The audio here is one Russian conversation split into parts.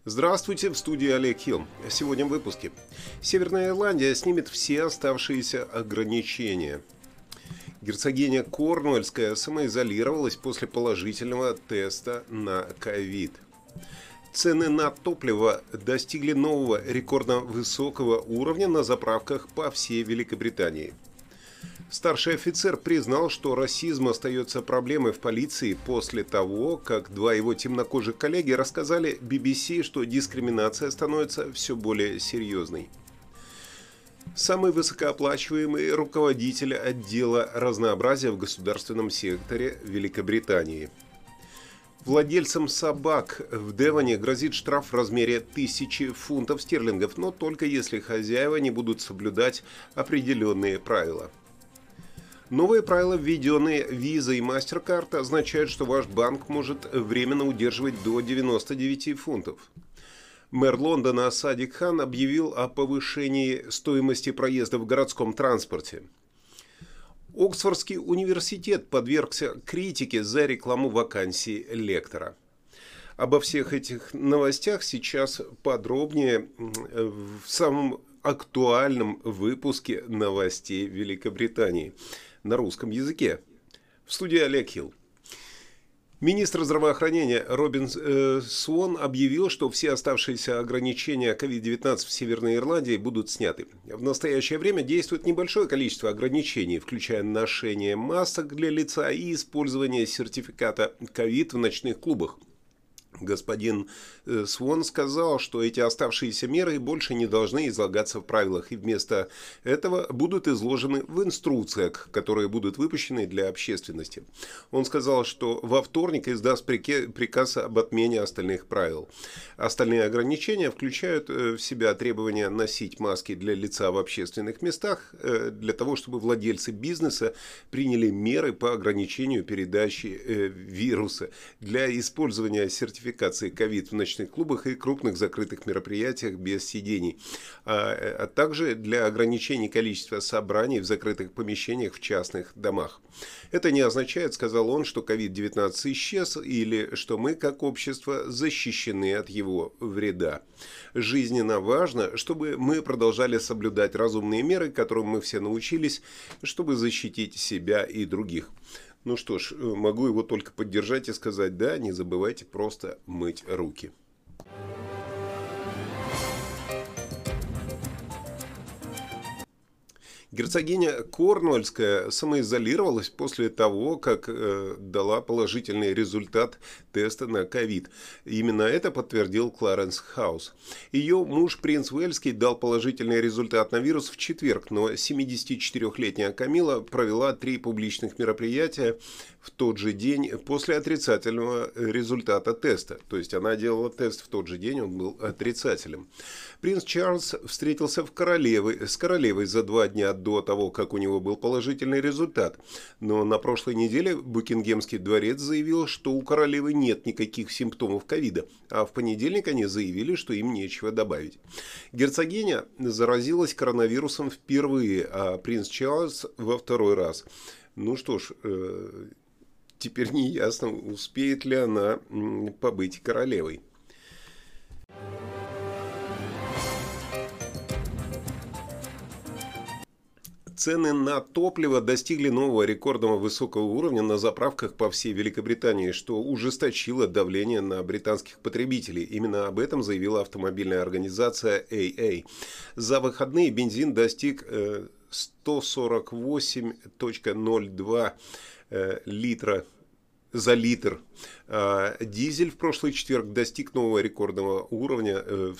Здравствуйте, в студии Олег Хилл. Сегодня в выпуске. Северная Ирландия снимет все оставшиеся ограничения. Герцогиня Корнуольская самоизолировалась после положительного теста на ковид. Цены на топливо достигли нового рекордно высокого уровня на заправках по всей Великобритании. Старший офицер признал, что расизм остается проблемой в полиции после того, как два его темнокожих коллеги рассказали BBC, что дискриминация становится все более серьезной. Самый высокооплачиваемый руководитель отдела разнообразия в государственном секторе Великобритании. Владельцам собак в Девоне грозит штраф в размере 1000 фунтов стерлингов, но только если хозяева не будут соблюдать определенные правила. Новые правила, введенные Visa и MasterCard, означают, что ваш банк может временно удерживать до 99 фунтов. Мэр Лондона Садик Хан объявил о повышении стоимости проезда в городском транспорте. Оксфордский университет подвергся критике за рекламу вакансий лектора. Обо всех этих новостях сейчас подробнее в самом актуальном выпуске новостей Великобритании на русском языке. В студии Олег Хилл. Министр здравоохранения Робин Свон объявил, что все оставшиеся ограничения COVID-19 в Северной Ирландии будут сняты. В настоящее время действует небольшое количество ограничений, включая ношение масок для лица и использование сертификата COVID в ночных клубах. Господин Свон сказал, что эти оставшиеся меры больше не должны излагаться в правилах и вместо этого будут изложены в инструкциях, которые будут выпущены для общественности. Он сказал, что во вторник издаст приказ об отмене остальных правил. Остальные ограничения включают в себя требования носить маски для лица в общественных местах, для того, чтобы владельцы бизнеса приняли меры по ограничению передачи вируса, для использования сертификации COVID в ночных клубах и крупных закрытых мероприятиях без сидений, а также для ограничения количества собраний в закрытых помещениях в частных домах. Это не означает, сказал он, что COVID-19 исчез или что мы, как общество, защищены от его вреда. Жизненно важно, чтобы мы продолжали соблюдать разумные меры, которым мы все научились, чтобы защитить себя и других. Ну что ж, могу его только поддержать и сказать, да, не забывайте просто мыть руки. Герцогиня Корнуольская самоизолировалась после того, как дала положительный результат теста на ковид. Именно это подтвердил Кларенс Хаус. Ее муж, принц Уэльский, дал положительный результат на вирус в четверг, но 74-летняя Камила провела 3 публичных мероприятия в тот же день после отрицательного результата теста. То есть она делала тест в тот же день, он был отрицательным. Принц Чарльз встретился с королевой за 2 дня до того, как у него был положительный результат. Но на прошлой неделе Букингемский дворец заявил, что у королевы нет никаких симптомов ковида, а в понедельник они заявили, что им нечего добавить. Герцогиня заразилась коронавирусом впервые, а принц Чарльз во 2-й раз. Ну что ж, теперь не ясно, успеет ли она побыть королевой. Цены на топливо достигли нового рекордного высокого уровня на заправках по всей Великобритании, что ужесточило давление на британских потребителей. Именно об этом заявила автомобильная организация AA. За выходные бензин достиг 148,02 литра за литр. Дизель в прошлый четверг достиг нового рекордного уровня в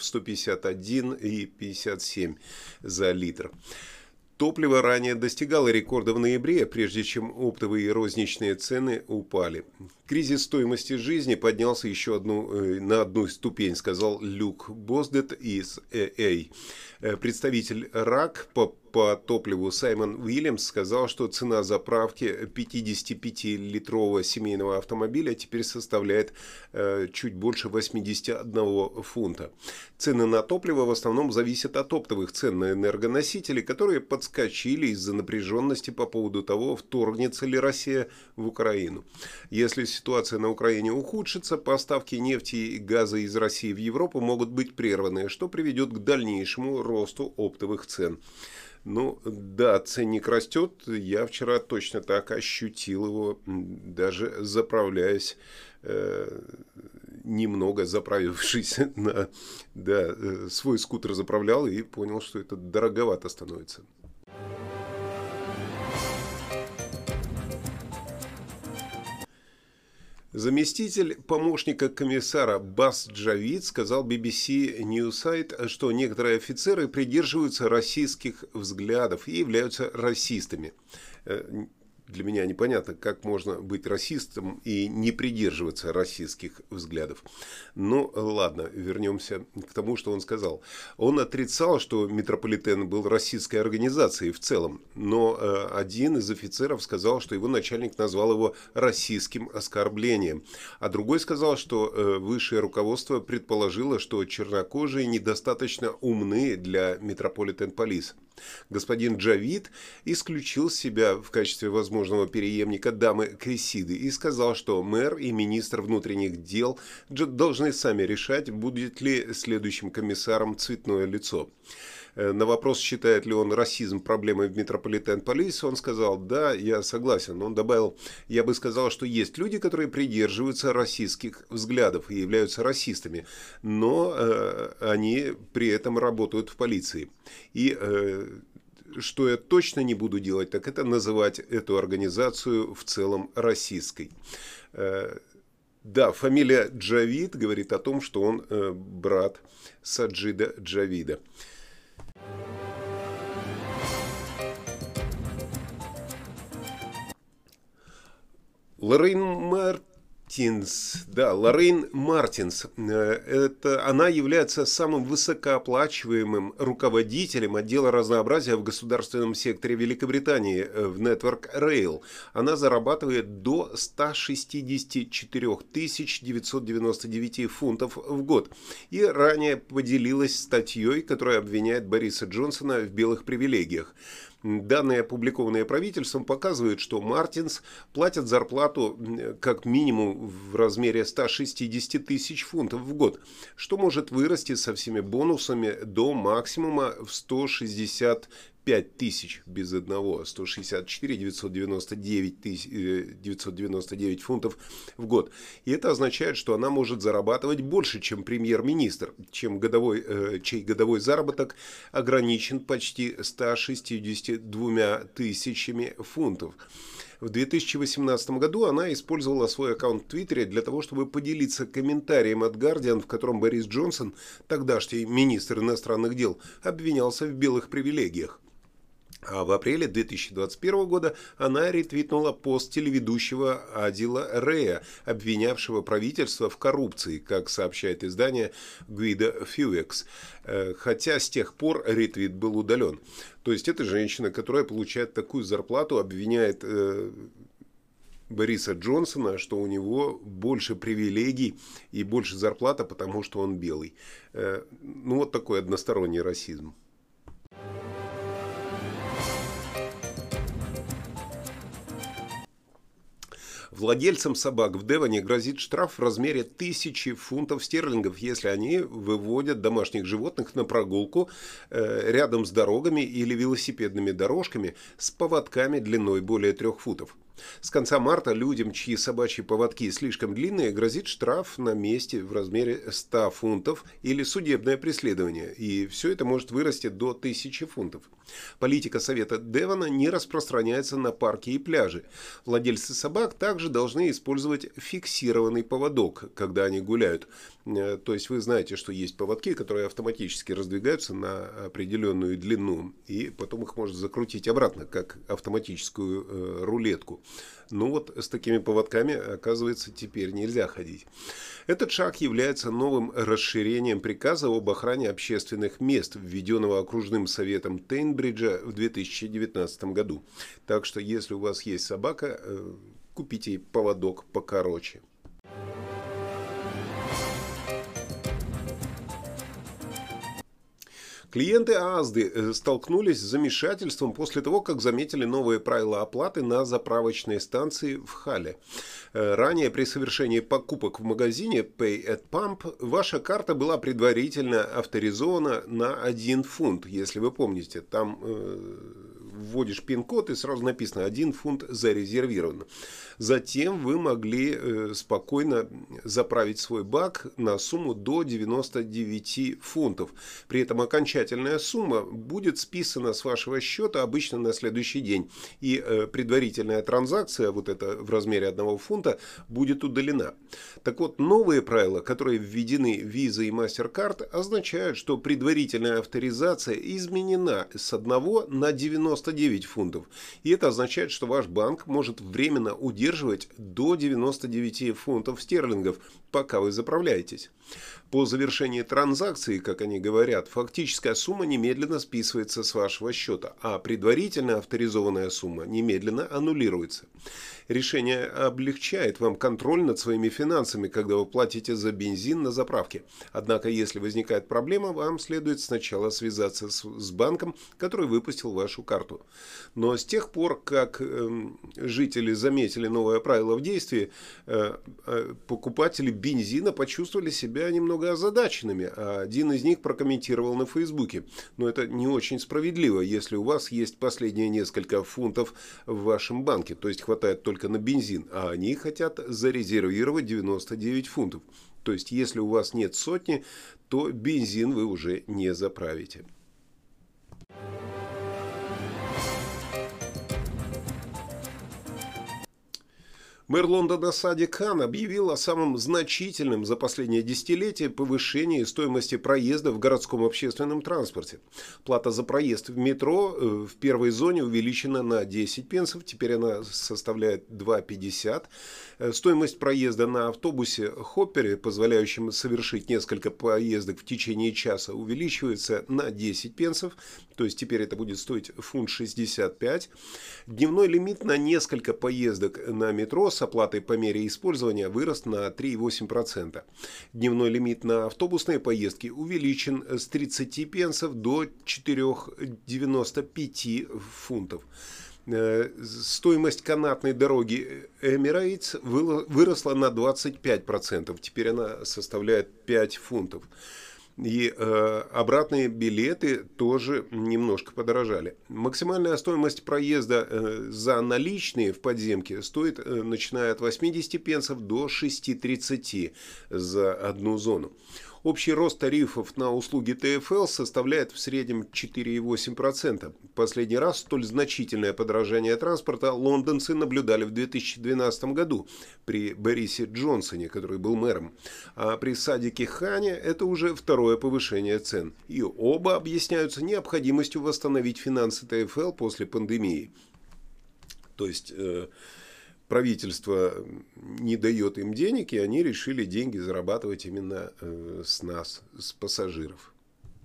151,57 за литр. Топливо ранее достигало рекорда в ноябре, прежде чем оптовые и розничные цены упали. Кризис стоимости жизни поднялся еще на одну ступень, сказал Люк Боздет из AA. Представитель РАК по по топливу Саймон Уильямс сказал, что цена заправки 55-литрового семейного автомобиля теперь составляет чуть больше 81 фунта. Цены на топливо в основном зависят от оптовых цен на энергоносители, которые подскочили из-за напряженности по поводу того, вторгнется ли Россия в Украину. Если ситуация на Украине ухудшится, поставки нефти и газа из России в Европу могут быть прерваны, что приведет к дальнейшему росту оптовых цен. Ну да, ценник растет. Я вчера точно так ощутил его, даже заправляясь, немного заправившись на свой скутер заправлял и понял, что это дороговато становится. Заместитель помощника комиссара Бас Джавид сказал BBC Newsite, что некоторые офицеры придерживаются расистских взглядов и являются расистами. Для меня непонятно, как можно быть расистом и не придерживаться расистских взглядов. Ну, ладно, вернемся к тому, что он сказал. Он отрицал, что метрополитен был расистской организацией в целом, но один из офицеров сказал, что его начальник назвал его расистским оскорблением, а другой сказал, что высшее руководство предположило, что чернокожие недостаточно умны для Metropolitan Police. Господин Джавид исключил себя в качестве возможного преемника дамы Крисиды и сказал, что мэр и министр внутренних дел должны сами решать, будет ли следующим комиссаром цветное лицо. На вопрос, считает ли он расизм проблемой в Metropolitan Police, он сказал: да, я согласен. Он добавил: я бы сказал, что есть люди, которые придерживаются расистских взглядов и являются расистами, но они при этом работают в полиции. И что я точно не буду делать, так это называть эту организацию в целом расистской. Да, фамилия Джавид говорит о том, что он брат Саджида Джавида. Лоррейн Мартинс, она является самым высокооплачиваемым руководителем отдела разнообразия в государственном секторе Великобритании в Network Rail. Она зарабатывает до 164 999 фунтов в год. И ранее поделилась статьей, которая обвиняет Бориса Джонсона в белых привилегиях. Данные, опубликованные правительством, показывают, что Мартинс платят зарплату как минимум в размере 160 тысяч фунтов в год, что может вырасти со всеми бонусами до максимума в 165 тысяч без одного, 164 999 фунтов в год. И это означает, что она может зарабатывать больше, чем премьер-министр, чей годовой заработок ограничен почти 162 тысячами фунтов. В 2018 году она использовала свой аккаунт в Твиттере для того, чтобы поделиться комментарием от Guardian, в котором Борис Джонсон, тогдашний министр иностранных дел, обвинялся в белых привилегиях. А в апреле 2021 года она ретвитнула пост телеведущего Адила Рея, обвинявшего правительство в коррупции, как сообщает издание Guido Fewkes, хотя с тех пор ретвит был удален. То есть эта женщина, которая получает такую зарплату, обвиняет Бориса Джонсона, что у него больше привилегий и больше зарплата, потому что он белый. Ну вот такой односторонний расизм. Владельцам собак в Девоне грозит штраф в размере 1000 фунтов стерлингов, если они выводят домашних животных на прогулку рядом с дорогами или велосипедными дорожками с поводками длиной более 3 футов. С конца марта людям, чьи собачьи поводки слишком длинные, грозит штраф на месте в размере 100 фунтов или судебное преследование, и все это может вырасти до 1000 фунтов. Политика Совета Девона не распространяется на парки и пляжи. Владельцы собак также должны использовать фиксированный поводок, когда они гуляют. То есть вы знаете, что есть поводки, которые автоматически раздвигаются на определенную длину, и потом их можно закрутить обратно, как автоматическую рулетку. Ну вот с такими поводками, оказывается, теперь нельзя ходить. Этот шаг является новым расширением приказа об охране общественных мест, введенного окружным советом Тейнбриджа в 2019 году. Так что, если у вас есть собака, купите поводок покороче. Клиенты Азды столкнулись с замешательством после того, как заметили новые правила оплаты на заправочной станции в Халле. Ранее при совершении покупок в магазине Pay at Pump ваша карта была предварительно авторизована на 1 фунт, если вы помните. Там вводишь пин-код и сразу написано 1 фунт зарезервирован. Затем вы могли спокойно заправить свой бак на сумму до 99 фунтов. При этом окончательная сумма будет списана с вашего счета обычно на следующий день. И предварительная транзакция, вот это в размере 1 фунта, будет удалена. Так вот, новые правила, которые введены Visa и MasterCard, означают, что предварительная авторизация изменена с 1 на 99 фунтов. И это означает, что ваш банк может временно удерживать до 99 фунтов стерлингов, пока вы заправляетесь. По завершении транзакции, как они говорят, фактическая сумма немедленно списывается с вашего счета, а предварительно авторизованная сумма немедленно аннулируется. Решение облегчает вам контроль над своими финансами, когда вы платите за бензин на заправке. Однако, если возникает проблема, вам следует сначала связаться с банком, который выпустил вашу карту. Но с тех пор, как жители заметили новое правило в действии, покупатели бензина почувствовали себя немного озадаченными, а один из них прокомментировал на Фейсбуке. Но это не очень справедливо, если у вас есть последние несколько фунтов в вашем банке, то есть хватает только на бензин, а они хотят зарезервировать 99 фунтов. То есть, если у вас нет сотни, то бензин вы уже не заправите. Мэр Лондона Садик Хан объявил о самом значительном за последнее десятилетие повышении стоимости проезда в городском общественном транспорте. Плата за проезд в метро в первой зоне увеличена на 10 пенсов, теперь она составляет 2,50. Стоимость проезда на автобусе Хоппере, позволяющем совершить несколько поездок в течение часа, увеличивается на 10 пенсов, то есть теперь это будет стоить фунт 65. Дневной лимит на несколько поездок на метро с оплатой по мере использования вырос на 3,8%. Дневной лимит на автобусные поездки увеличен с 30 пенсов до 4,95 фунтов. Стоимость канатной дороги Emirates выросла на 25%. Теперь она составляет 5 фунтов. И обратные билеты тоже немножко подорожали. Максимальная стоимость проезда за наличные в подземке стоит, начиная от 80 пенсов до 6,30 за одну зону. Общий рост тарифов на услуги ТФЛ составляет в среднем 4,8%. Последний раз столь значительное подорожание транспорта лондонцы наблюдали в 2012 году при Борисе Джонсоне, который был мэром. А при Садике Хане это уже второе повышение цен. И оба объясняются необходимостью восстановить финансы ТФЛ после пандемии. То есть правительство не дает им денег, и они решили деньги зарабатывать именно с нас, с пассажиров.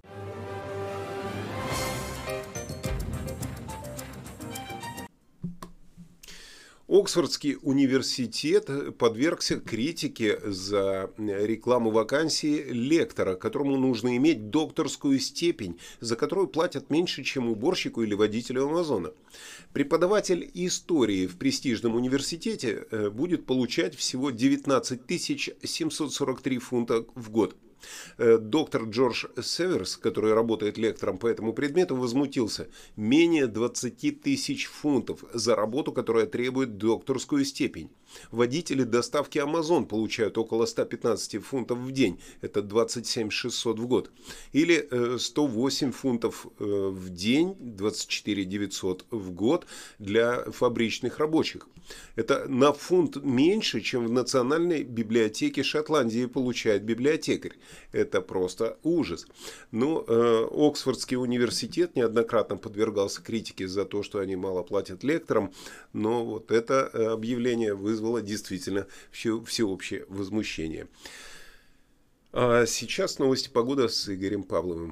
Оксфордский университет подвергся критике за рекламу вакансии лектора, которому нужно иметь докторскую степень, за которую платят меньше, чем уборщику или водителю Амазона. Преподаватель истории в престижном университете будет получать всего 19 743 фунта в год. Доктор Джордж Северс, который работает лектором по этому предмету, возмутился. Менее 20 тысяч фунтов за работу, которая требует докторскую степень. Водители доставки Amazon получают около 115 фунтов в день. Это 27 600 в год. Или 108 фунтов в день, 24 900 в год для фабричных рабочих. Это на фунт меньше, чем в Национальной библиотеке Шотландии получает библиотекарь. Это просто ужас. Ну, Оксфордский университет неоднократно подвергался критике за то, что они мало платят лекторам, но вот это объявление вызвало действительно всеобщее возмущение. А сейчас новости погоды с Игорем Павловым.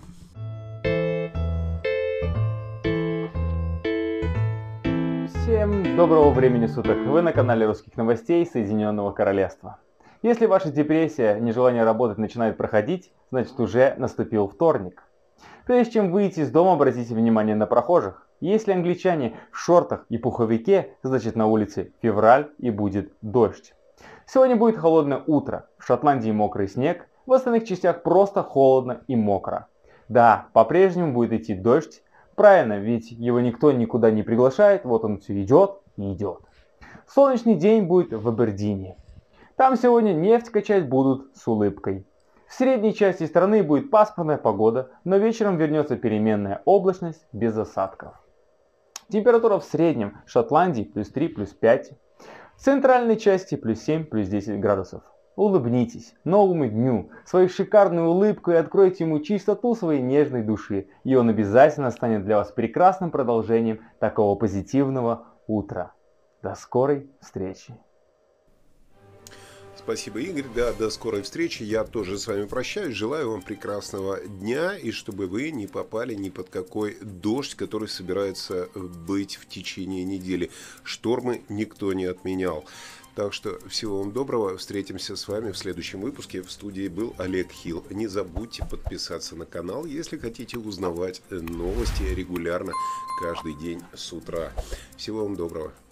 Всем доброго времени суток! Вы на канале русских новостей Соединенного Королевства. Если ваша депрессия, нежелание работать начинает проходить, значит уже наступил вторник. Прежде чем выйти из дома, обратите внимание на прохожих. Если англичане в шортах и пуховике, значит на улице февраль и будет дождь. Сегодня будет холодное утро, в Шотландии мокрый снег, в остальных частях просто холодно и мокро. Да, по-прежнему будет идти дождь. Правильно, ведь его никто никуда не приглашает, вот он все идет и идет. Солнечный день будет в Абердине. Там сегодня нефть качать будут с улыбкой. В средней части страны будет пасмурная погода, но вечером вернется переменная облачность без осадков. Температура в среднем в Шотландии плюс 3, плюс 5. В центральной части плюс 7, плюс 10 градусов. Улыбнитесь новому дню своей шикарной улыбкой и откройте ему чистоту своей нежной души, и он обязательно станет для вас прекрасным продолжением такого позитивного утра. До скорой встречи! Спасибо, Игорь. Да, до скорой встречи. Я тоже с вами прощаюсь. Желаю вам прекрасного дня, и чтобы вы не попали ни под какой дождь, который собирается быть в течение недели. Штормы никто не отменял. Так что всего вам доброго. Встретимся с вами в следующем выпуске. В студии был Олег Хилл. Не забудьте подписаться на канал, если хотите узнавать новости регулярно каждый день с утра. Всего вам доброго.